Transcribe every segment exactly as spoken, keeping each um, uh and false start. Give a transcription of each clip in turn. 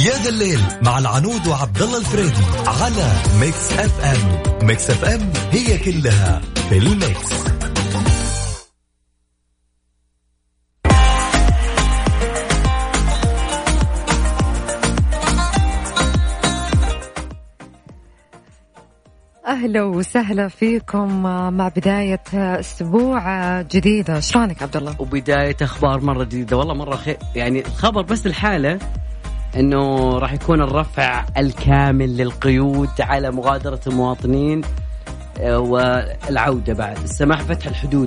يا ذا الليل مع العنود وعبد الله الفريدي على ميكس اف ام. ميكس اف ام هي كلها في الميكس. أهلا وسهلا فيكم مع بداية أسبوع جديدة. شلونك عبد الله؟ وبداية أخبار مرة جديدة والله مرة خير. يعني الخبر بس الحالة إنه راح يكون الرفع الكامل للقيود على مغادرة المواطنين والعودة بعد السماح فتح الحدود.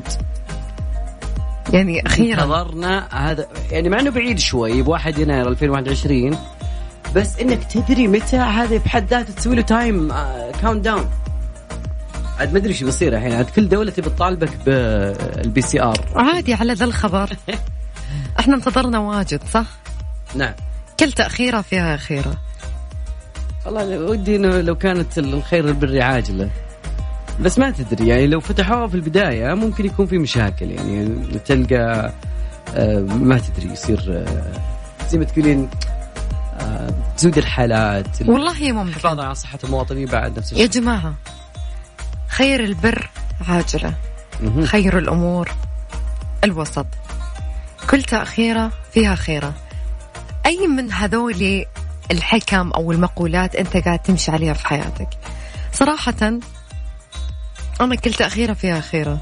يعني أخيرا انتظرنا هذا، يعني مع إنه بعيد شوي بواحد يناير ألفين وواحد وعشرين، بس إنك تدري متى هذا بحد ذاته تسوي له تايم كاونت داون. عاد ما أدري شو بيصير الحين، عاد كل دولة بتطالبك بالبي سي آر عادي على ذا الخبر. احنا انتظرنا واجد صح؟ نعم. كل تأخيرة فيها أخيرة. والله ودي إنه لو كانت الخير البر عاجلة، بس ما تدري يعني لو فتحوها في البداية ممكن يكون في مشاكل. يعني تلقى ما تدري يصير زي ما تقولين تزود الحالات. والله ممكن حفاظا على صحة المواطنين بعد نفس الشيء. يا جماعة خير البر عاجلة، خير الأمور الوسط، كل تأخيرة فيها خيرة. أي من هذول الحكم أو المقولات أنت قاعد تمشي عليها في حياتك؟ صراحة أنا كل تأخيرة فيها خيرة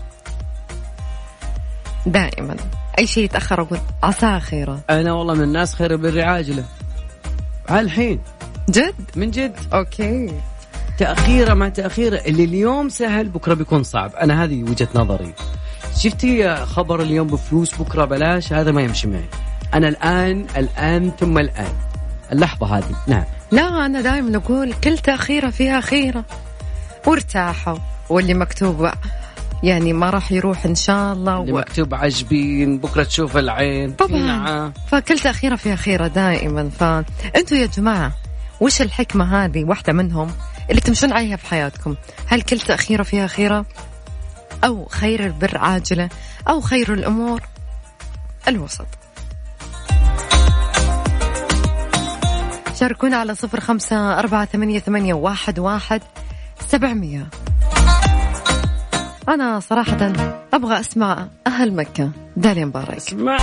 دائما. أي شيء يتأخر أقول عساه خيرة. أنا والله من الناس خير البر عاجلة هالحين جد من جد. أوكي، تأخيرة مع تأخيرة اللي اليوم سهل بكرة بيكون صعب. أنا هذه وجهة نظري. شفتي خبر اليوم بفلوس بكرة بلاش، هذا ما يمشي معي. أنا الآن الآن ثم الآن اللحظة هذه. نعم. لا أنا دائما أقول كل تأخيرة فيها خيرة، وارتاحوا. واللي مكتوب يعني ما راح يروح إن شاء الله، اللي و... مكتوب عجبين بكرة تشوف العين طبعا. نعم. فكل تأخيرة فيها خيرة دائما. فأنتوا يا جماعة وش الحكمة هذه واحدة منهم اللي تمشون عليها في حياتكم؟ هل كل تأخيرة فيها خيرة، أو خير البر عاجلة، أو خير الأمور الوسط؟ شاركونا على صفر خمسة أربعة ثمانية ثمانية واحد واحد سبعمية. أنا صراحة أبغى أسمع أهل مكة. داليا مبارك. اسمع.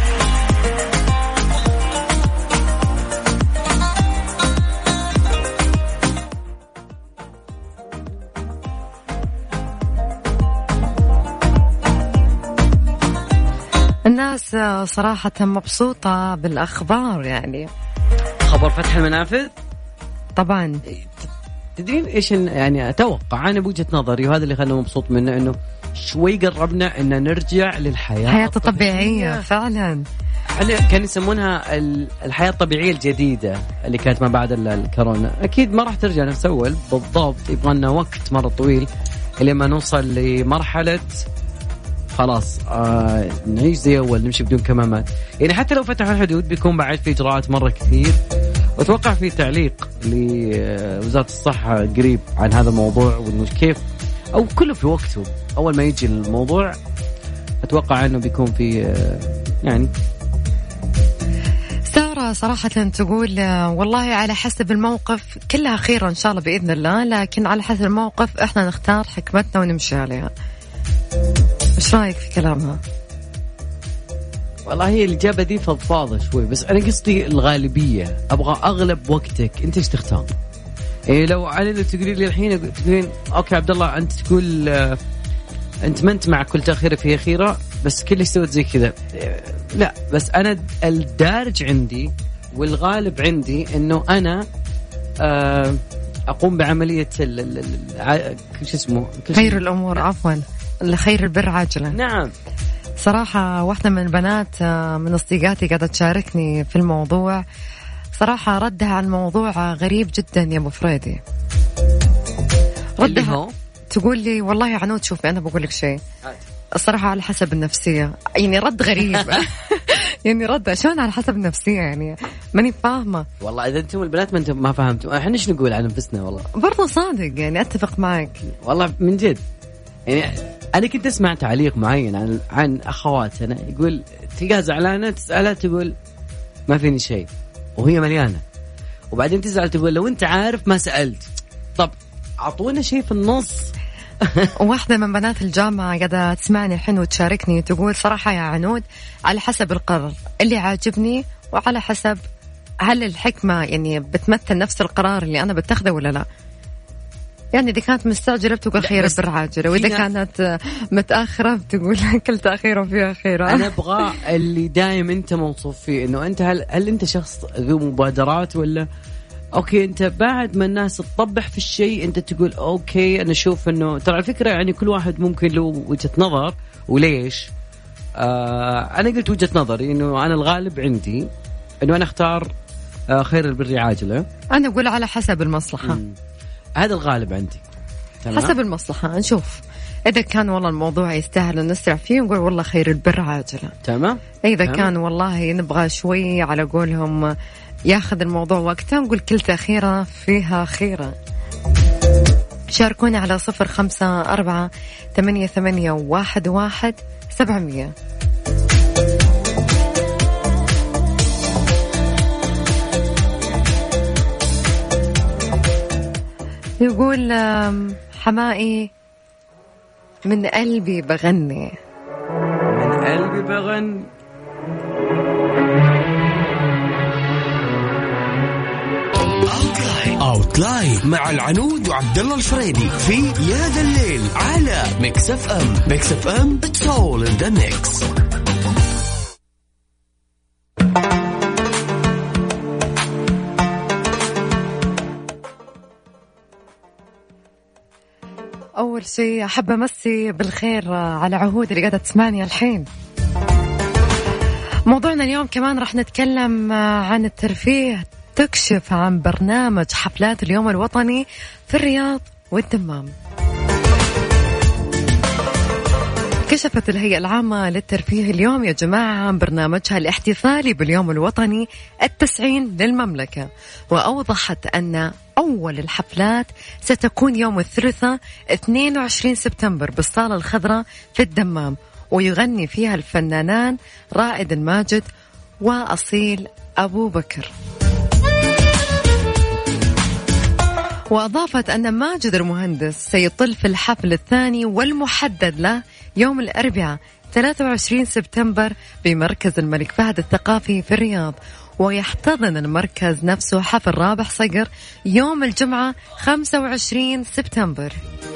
الناس صراحة مبسوطة بالأخبار. يعني خبر فتح المنافذ طبعا. تدرين إيش يعني أتوقع أنا بوجهة نظري، وهذا اللي خلنا مبسوط منه، إنه شوي قربنا إن نرجع للحياة حياة الطبيعية فعلا. كانوا يسمونها الحياة الطبيعية الجديدة اللي كانت ما بعد الكورونا. أكيد ما راح ترجع نفس أول بالضبط، يبغى لنا وقت مرة طويل لما نوصل لمرحلة خلاص آه نعيش زي أول، نمشي بدون كمامات. يعني حتى لو فتحوا الحدود بيكون بعد في إجراءات مرة كثير. وأتوقع في تعليق لوزارة الصحة قريب عن هذا الموضوع، وإنه كيف أو كله في وقته. أول ما يجي الموضوع أتوقع أنه بيكون في يعني. سارة صراحة تقول والله على حسب الموقف كلها خير إن شاء الله بإذن الله، لكن على حسب الموقف إحنا نختار حكمتنا ونمشي عليها. إيش رأيك في كلامها؟ والله هي الإجابة دي فضفاضة شوي، بس أنا قصدي الغالبية. أبغى أغلب وقتك أنت إيش تختار. إيه لو علي تقولي لي الحين تقولين أوكي عبد الله أنت تقول آه أنت ما أنت مع كل تأخيرة فيها خيرة، بس كل سوت زي كذا. إيه لا، بس أنا الدارج عندي والغالب عندي إنه أنا آه أقوم بعملية ال ال ال شو اسمه خير الأمور عفوا لخير البر عاجلا. نعم. صراحة واحدة من البنات من أصدقائي قاعدة تشاركني في الموضوع، صراحة ردها على الموضوع غريب جدا يا أبو فريدي. ردها تقول لي والله يا عنود شوفي أنا بقول لك شيء الصراحة على حسب النفسية. يعني رد غريب. يعني رد شلون على حسب النفسية؟ يعني ماني فاهمة والله. إذا أنتم البنات ما أنتم ما فهمتوا إحنا إيش نقول عن نفسنا. والله برضو صادق، يعني أتفق معك والله من جد. يعني أنا كنت أسمع تعليق معين عن عن أخواتنا يقول تلقاها زعلانة تسألها تقول ما فيني شيء وهي مليانة. وبعدين تزعل تقول لو أنت عارف ما سألت. طب أعطونا شيء في النص. واحدة من بنات الجامعة قاعدة تسمعني الحين وتشاركني تقول صراحة يا عنود على حسب القرار اللي عاجبني وعلى حسب هل الحكمة يعني بتمثل نفس القرار اللي أنا بتخذه ولا لا. يعني إذا كانت مستعجلة بتقول خير البر عاجلة، وإذا كانت متأخرة بتقول كل تأخيرة فيها خيرة. أنا أبغى اللي دايم أنت موصوف فيه إنه أنت هل هل أنت شخص ذو مبادرات ولا أوكي أنت بعد ما الناس تطبح في الشيء أنت تقول أوكي أنا أشوف إنه ترى الفكرة يعني كل واحد ممكن له وجهة نظر وليش. آه أنا قلت وجهة نظري إنه أنا الغالب عندي إنه أنا أختار آه خير البر عاجلة. أنا أقول على حسب المصلحة. مم. هذا الغالب عندي. تمام؟ حسب المصلحة نشوف إذا كان والله الموضوع يستاهل نسرع فيه نقول والله خير البر عاجلة. تمام. إذا تمام. كان والله نبغى شوي على قولهم ياخذ الموضوع وقته نقول كل تأخيرة فيها خيرة. شاركوني على صفر خمسة أربعة ثمانية ثمانية واحد واحد سبعمية. يقول حمائي من قلبي بغني. من قلبي بغني. أوتلاين مع العنود وعبد الله الفريدي في يا ذا الليل على ميكس اف ام. ميكس اف ام it's all in the mix. أول شيء أحب أمسي بالخير على عهود اللي قاعدة تسمعني الحين. موضوعنا اليوم كمان رح نتكلم عن الترفيه. تكشف عن برنامج حفلات اليوم الوطني في الرياض والدمام. كشفت الهيئة العامة للترفيه اليوم يا جماعة عن برنامجها الاحتفالي باليوم الوطني التسعين للمملكة، وأوضحت أن أول الحفلات ستكون يوم الثلاثاء اثنين وعشرين سبتمبر بالصالة الخضراء في الدمام، ويغني فيها الفنانان رائد الماجد وأصيل أبو بكر. وأضافت أن ماجد المهندس سيطل في الحفل الثاني والمحدد له يوم الأربعاء ثلاثة وعشرين سبتمبر بمركز الملك فهد الثقافي في الرياض، ويحتضن المركز نفسه حفل رابح صقر يوم الجمعة خمسة وعشرين سبتمبر.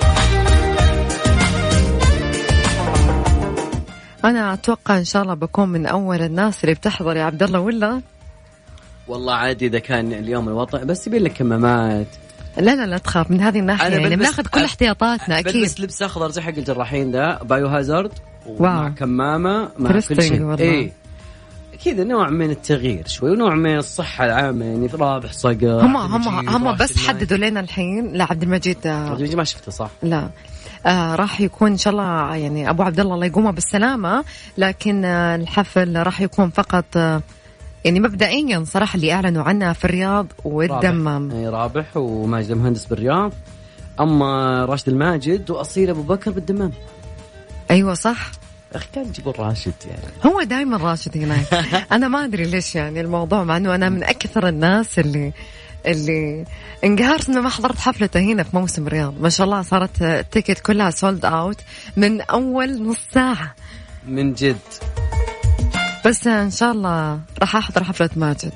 أنا أتوقع إن شاء الله بكون من أول الناس اللي بتحضر يا عبد الله ولا؟ والله عادي إذا كان اليوم الوطني بس يبين لك كمامات. لا لا لا تخاف من هذه الناحية، يعني بناخذ كل احتياطاتنا أكيد. بس لبس أخضر زي حق الجراحين ده بايو هازارد ومع كمامة مع كل شيء. إيه كذا نوع من التغيير شوي ونوع من الصحة العامة، يعني في رابح صقر. هم هم هم بس حددوا لنا الحين. لا عبد المجيد عبد المجيد ما شفته صح؟ لا آه راح يكون إن شاء الله يعني أبو عبد الله الله يقومه بالسلامة، لكن آه الحفل راح يكون فقط آه يعني مبدئيا صراحة اللي أعلنوا عنها في الرياض والدمام. رابح, رابح وماجد المهندس بالرياض، أما راشد الماجد وأصيل أبو بكر بالدمام. أيوة صح. أخي كان يجيبوا راشد يعني. هو دائما راشد هناك. أنا ما أدري ليش يعني الموضوع، مع أنه أنا من أكثر الناس اللي اللي انقهرت إنه ما حضرت حفلته هنا في موسم الرياض. ما شاء الله صارت التيكت كلها سولد أوت من أول نص ساعة من جد. بس إن شاء الله راح أحضر حفلة ماجد.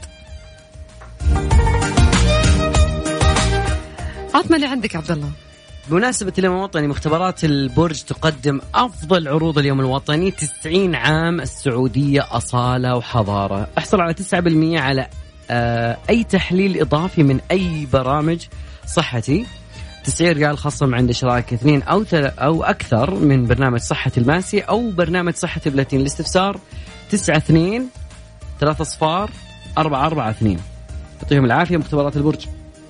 عطنا اللي عندك عبد الله. بمناسبة اليوم الوطني، مختبرات البرج تقدم أفضل عروض اليوم الوطني. تسعين عام السعودية أصالة وحضارة. احصل على تسعة بالمئة على آه أي تحليل إضافي من أي برامج صحتي. تسعير ريال خصم عند اشتراك اثنين أو أو أكثر من برنامج صحة الماسي أو برنامج صحة بلاتين. الاستفسار تسعة اثنين ثلاثة صفار أربعة أربعة اثنين. يعطيهم العافية مختبرات البرج.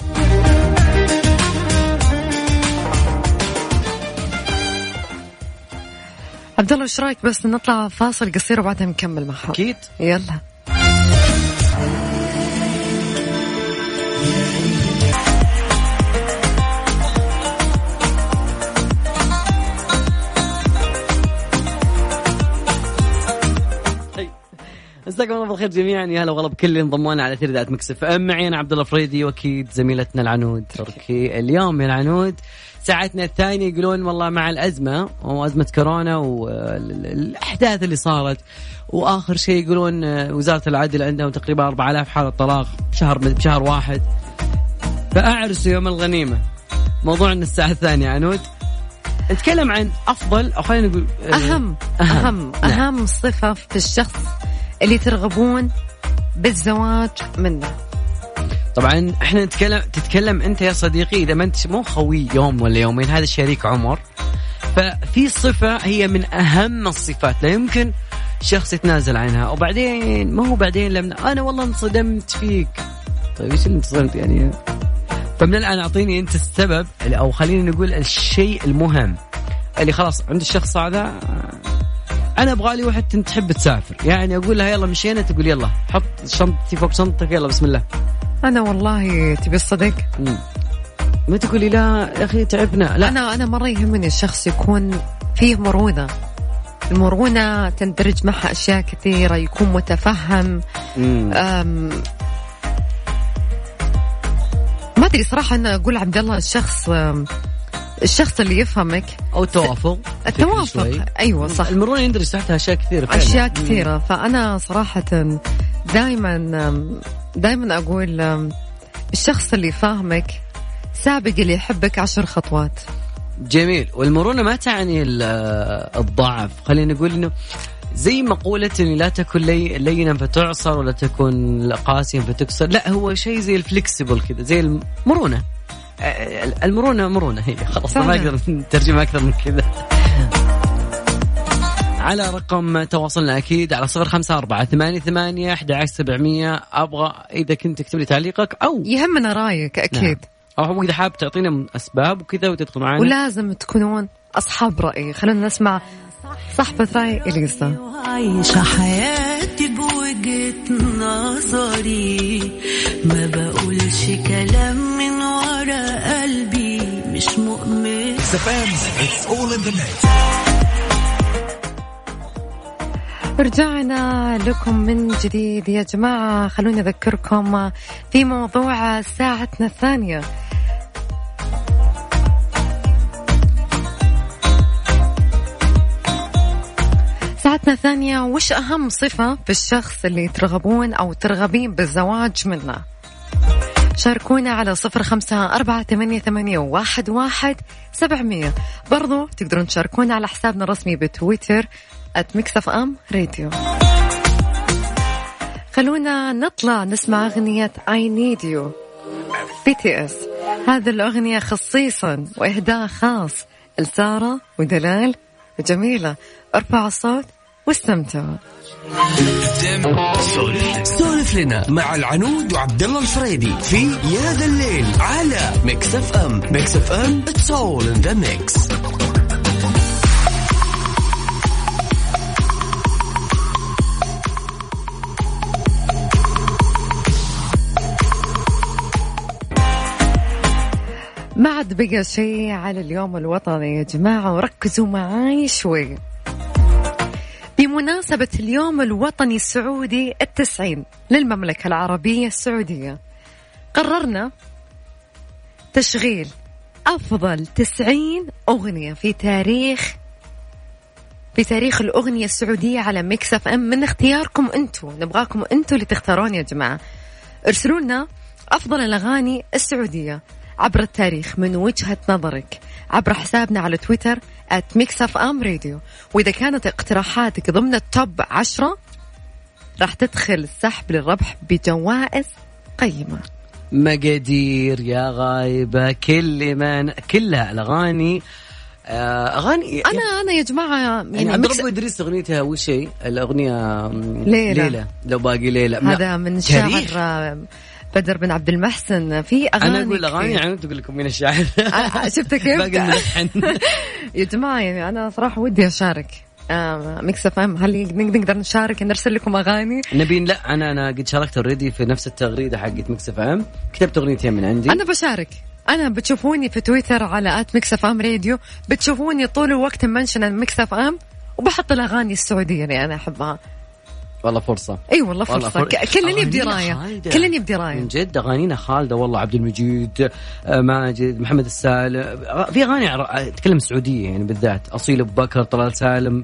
عبد الله ايش رايك بس نطلع فاصل قصير وبعدها نكمل معها؟ اكيد يلا. مساكم الله الخير جميعا، يا هلا وغلا بكل اللي انضمونا على تردد ميكس اف ام. معي انا عبد الله فريدي واكيد زميلتنا العنود تركي. اليوم يا العنود ساعتنا الثانية يقولون والله مع الأزمة وأزمة كورونا والأحداث اللي صارت، وآخر شيء يقولون وزارة العدل عندهم تقريبا أربعة آلاف حالة طلاق بشهر بشهر واحد، فأعرسوا يوم الغنيمة. موضوعنا الساعة الثانية عنود نتكلم عن أفضل أو خلينا نقول أهم أهم أهم, أهم صفة في الشخص اللي ترغبون بالزواج منه. طبعا احنا نتكلم تتكلم انت يا صديقي اذا ما انت مو خوي يوم ولا يومين، هذا شريك عمر، ففي صفة هي من اهم الصفات لا يمكن شخص يتنازل عنها. وبعدين ما هو بعدين لما انا والله انصدمت فيك، طيب ايش اللي انتصدمت يعني؟ فمن الان اعطيني انت السبب، او خلينا نقول الشيء المهم اللي خلاص عند الشخص هذا. انا ابغى لي واحد تحب تسافر، يعني اقول لها يلا مشينا، تقول يلا حط شنطتي فوق شنطتك يلا بسم الله. أنا والله تبي الصدق ما تقولي لا يا أخي تعبنا. لا أنا أنا مرة يهمني الشخص يكون فيه مرونة. المرونة تندرج معها أشياء كثيرة، يكون متفهم. ما أدري صراحة أنا أقول عبد الله الشخص الشخص اللي يفهمك أو التوافق. التوافق أيوة صح. المرونة يندرج تحتها أشياء كثيرة أشياء كثيرة. فأنا صراحة دائما دائما أقول الشخص اللي فاهمك سابق اللي يحبك عشر خطوات. جميل. والمرونة ما تعني الضعف، خلينا نقول إنه زي مقولة إن لا تكن لي لينا فتعصر ولا تكن قاسيا فتكسر، لا هو شيء زي الفلكسبل كذا، زي المرونة. المرونة مرونة هي خلاص، ما أقدر نترجمها أكثر من كذا. على رقم تواصلنا أكيد على صفر خمسة أربعة ثمانية ثمانية أحد عشر سبعمية. أبغى إذا كنت تكتب لي تعليقك أو يهمنا رأيك أكيد، نعم. أو إذا حاب تعطينا أسباب وكذا وتدخل معنا، ولازم تكونون أصحاب رأي. خلونا نسمع صاحبة رأي إليسا. عايشة حياتي بوجهة نظري، ما بقولش كلام من ورا قلبي، مش مؤمن. رجعنا لكم من جديد يا جماعة. خلوني أذكركم في موضوع ساعتنا الثانية. ساعتنا الثانية، وش أهم صفة في الشخص اللي ترغبون أو ترغبين بالزواج منه؟ شاركونا على صفر خمسة أربعة ثمانية ثمانية واحد واحد سبعمية. برضو تقدرون تشاركونا على حسابنا الرسمي بتويتر at ميكس اف ام راديو. خلونا نطلع نسمع أغنية I Need You بي تي إس. هذه الأغنية خصيصا وإهداء خاص لسارة ودلال وجميلة. ارفع الصوت واستمتعوا. سولف لنا مع العنود وعبد الله الفريدي في يا ذا الليل على ميكس اف ام. ميكس اف ام it's all in the mix. ما عاد بقى شيء على اليوم الوطني يا جماعة، وركزوا معاي شوي. بمناسبة اليوم الوطني السعودي التسعين للمملكة العربية السعودية، قررنا تشغيل أفضل تسعين أغنية في تاريخ في تاريخ الأغنية السعودية على ميكس اف ام من اختياركم أنتوا. نبغاكم أنتوا اللي تختارون يا جماعة. ارسلوا لنا أفضل الأغاني السعودية عبر التاريخ من وجهة نظرك عبر حسابنا على تويتر at ميكس اف ام راديو. وإذا كانت اقتراحاتك ضمن التوب عشرة راح تدخل السحب للربح بجوائز قيمة. مقادير يا غايبة، كل من كلها الأغاني أغاني. أنا أنا يا جماعة يعني عبد الرب إدريس أغنيتها وش هي الأغنية؟ ليلة. ليلة لو باقي ليلة. هذا من شاعر بدر بن عبد المحسن. في أغاني أنا أقول أغاني يعني تقول لكم من الشاعر. شفت كيف يا جماعة؟ يعني أنا صراحة ودي أشارك آه ميكس اف ام. هل نقدر نشارك نرسل لكم أغاني؟ نبين لا أنا أنا قد شاركت اوريدي في نفس التغريدة حقت ميكس اف ام، كتبت أغنيتين من عندي. أنا بشارك. أنا بتشوفوني في تويتر على آت ميكس اف ام راديو، بتشوفوني طول الوقت منشن ميكس اف ام، وبحط الأغاني السعودية اللي أنا أحبها. والله فرصة. اي والله فرصة. كلني بدراية، كلني بدراية من جد. أغانينا خالدة والله. عبد المجيد، ماجد، محمد السالم، في أغاني تكلم السعودية يعني بالذات، أصيل أبو بكر، طلال سالم،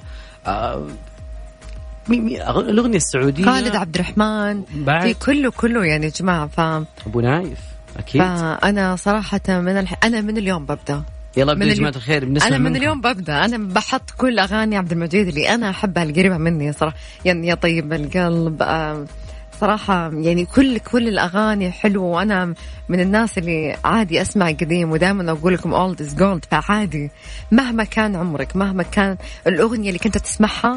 مي مي الأغنية السعودية، خالد عبد الرحمن، في كله كله يعني يا جماعة. ف أبو نايف أكيد. فأنا صراحة من الح... أنا من اليوم ببدأ. يلا بدي يا جماعة الخير بنسمع أنا من منكم. اليوم ببدأ أنا بحط كل أغاني عبد المجيد اللي أنا أحبها القريبة مني صراحة، يعني يا طيب القلب آه صراحة، يعني كل كل الأغاني حلوة. وأنا من الناس اللي عادي أسمع قديم، ودائما أقول لكم old is gold. فعادي مهما كان عمرك، مهما كان الأغنية اللي كنت تسمعها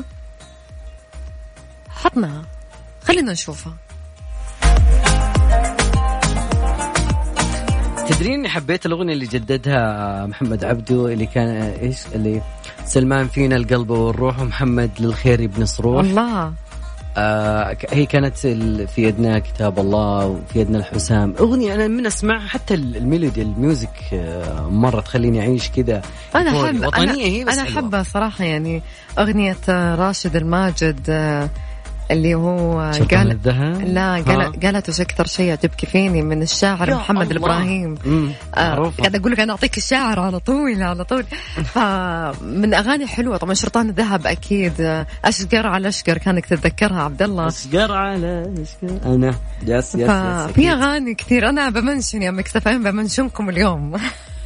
حطناها، خلينا نشوفها. تدرين إني حبيت الأغنية اللي جددها محمد عبده، اللي كان إيش اللي سلمان فينا القلب والروح، ومحمد للخير ابن صروح. الله. آه هي كانت في يدنا كتاب الله وفي يدنا الحسام. أغنية أنا من أسمعها حتى الميلودي الميوزك آه مرة تخليني أعيش كذا. أنا أحب وطنية هي بس أنا أحبها صراحة. يعني أغنية راشد الماجد آه اللي هو قال الذهب. لا قال قالت وش أكثر شيء يعجبك فيني من الشاعر محمد الإبراهيم. آه قاعد أقول لك أنا أعطيك الشاعر على طول على طول. فمن أغاني حلوة طبعا. شرطان الذهب أكيد. أشقر على أشقر كانك تتذكرها عبد الله. أشقر على أشقر أنا يس يس. في أغاني كثير أنا بمنشن يا ميكس إف إم، بمنشنكم اليوم.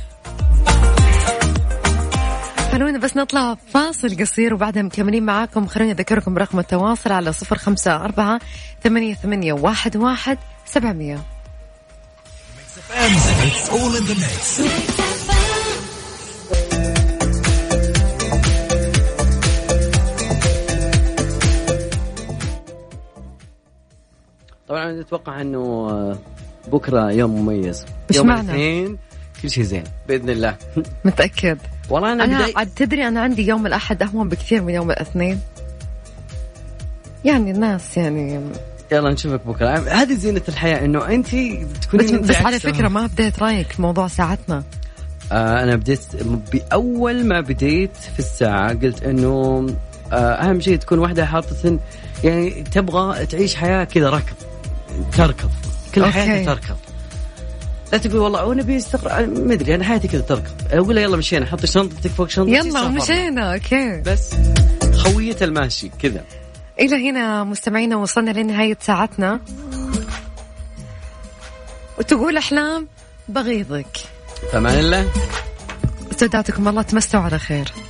خلونا بس نطلع فاصل قصير وبعدها مكملين معاكم. خلونا أذكركم برقم التواصل على صفر خمسة أربعة ثمانية ثمانية واحد واحد سبعمية. طبعا أتوقع أنه بكرة يوم مميز، يوم الاثنين كل شيء زين بإذن الله. متأكد. والله أنا, أنا بداي... عاد تدري أنا عندي يوم الأحد أهون بكثير من يوم الاثنين. يعني الناس يعني يلا نشوفك بكرة. هذه زينة الحياة إنه أنت تكونين بس, بس على فكرة ما بديت رأيك في موضوع ساعتنا. آه أنا بديت بأول ما بديت في الساعة قلت إنه آه أهم شيء تكون واحدة حاطة يعني تبغى تعيش حياة كذا ركض، تركض كل حياتي تركض. لا تقول والله أنا بيستقر ما أدري أنا حياتي كذا تركض. أقول له يلا مشينا، حط شنطتك فوق شنطتي يلا ومشينا. أوكي بس خوية الماشي كذا. إلى هنا مستمعينا وصلنا لنهاية ساعتنا. وتقول أحلام بغيضك. فمان الله. استودعتكم الله، تمسوا على خير.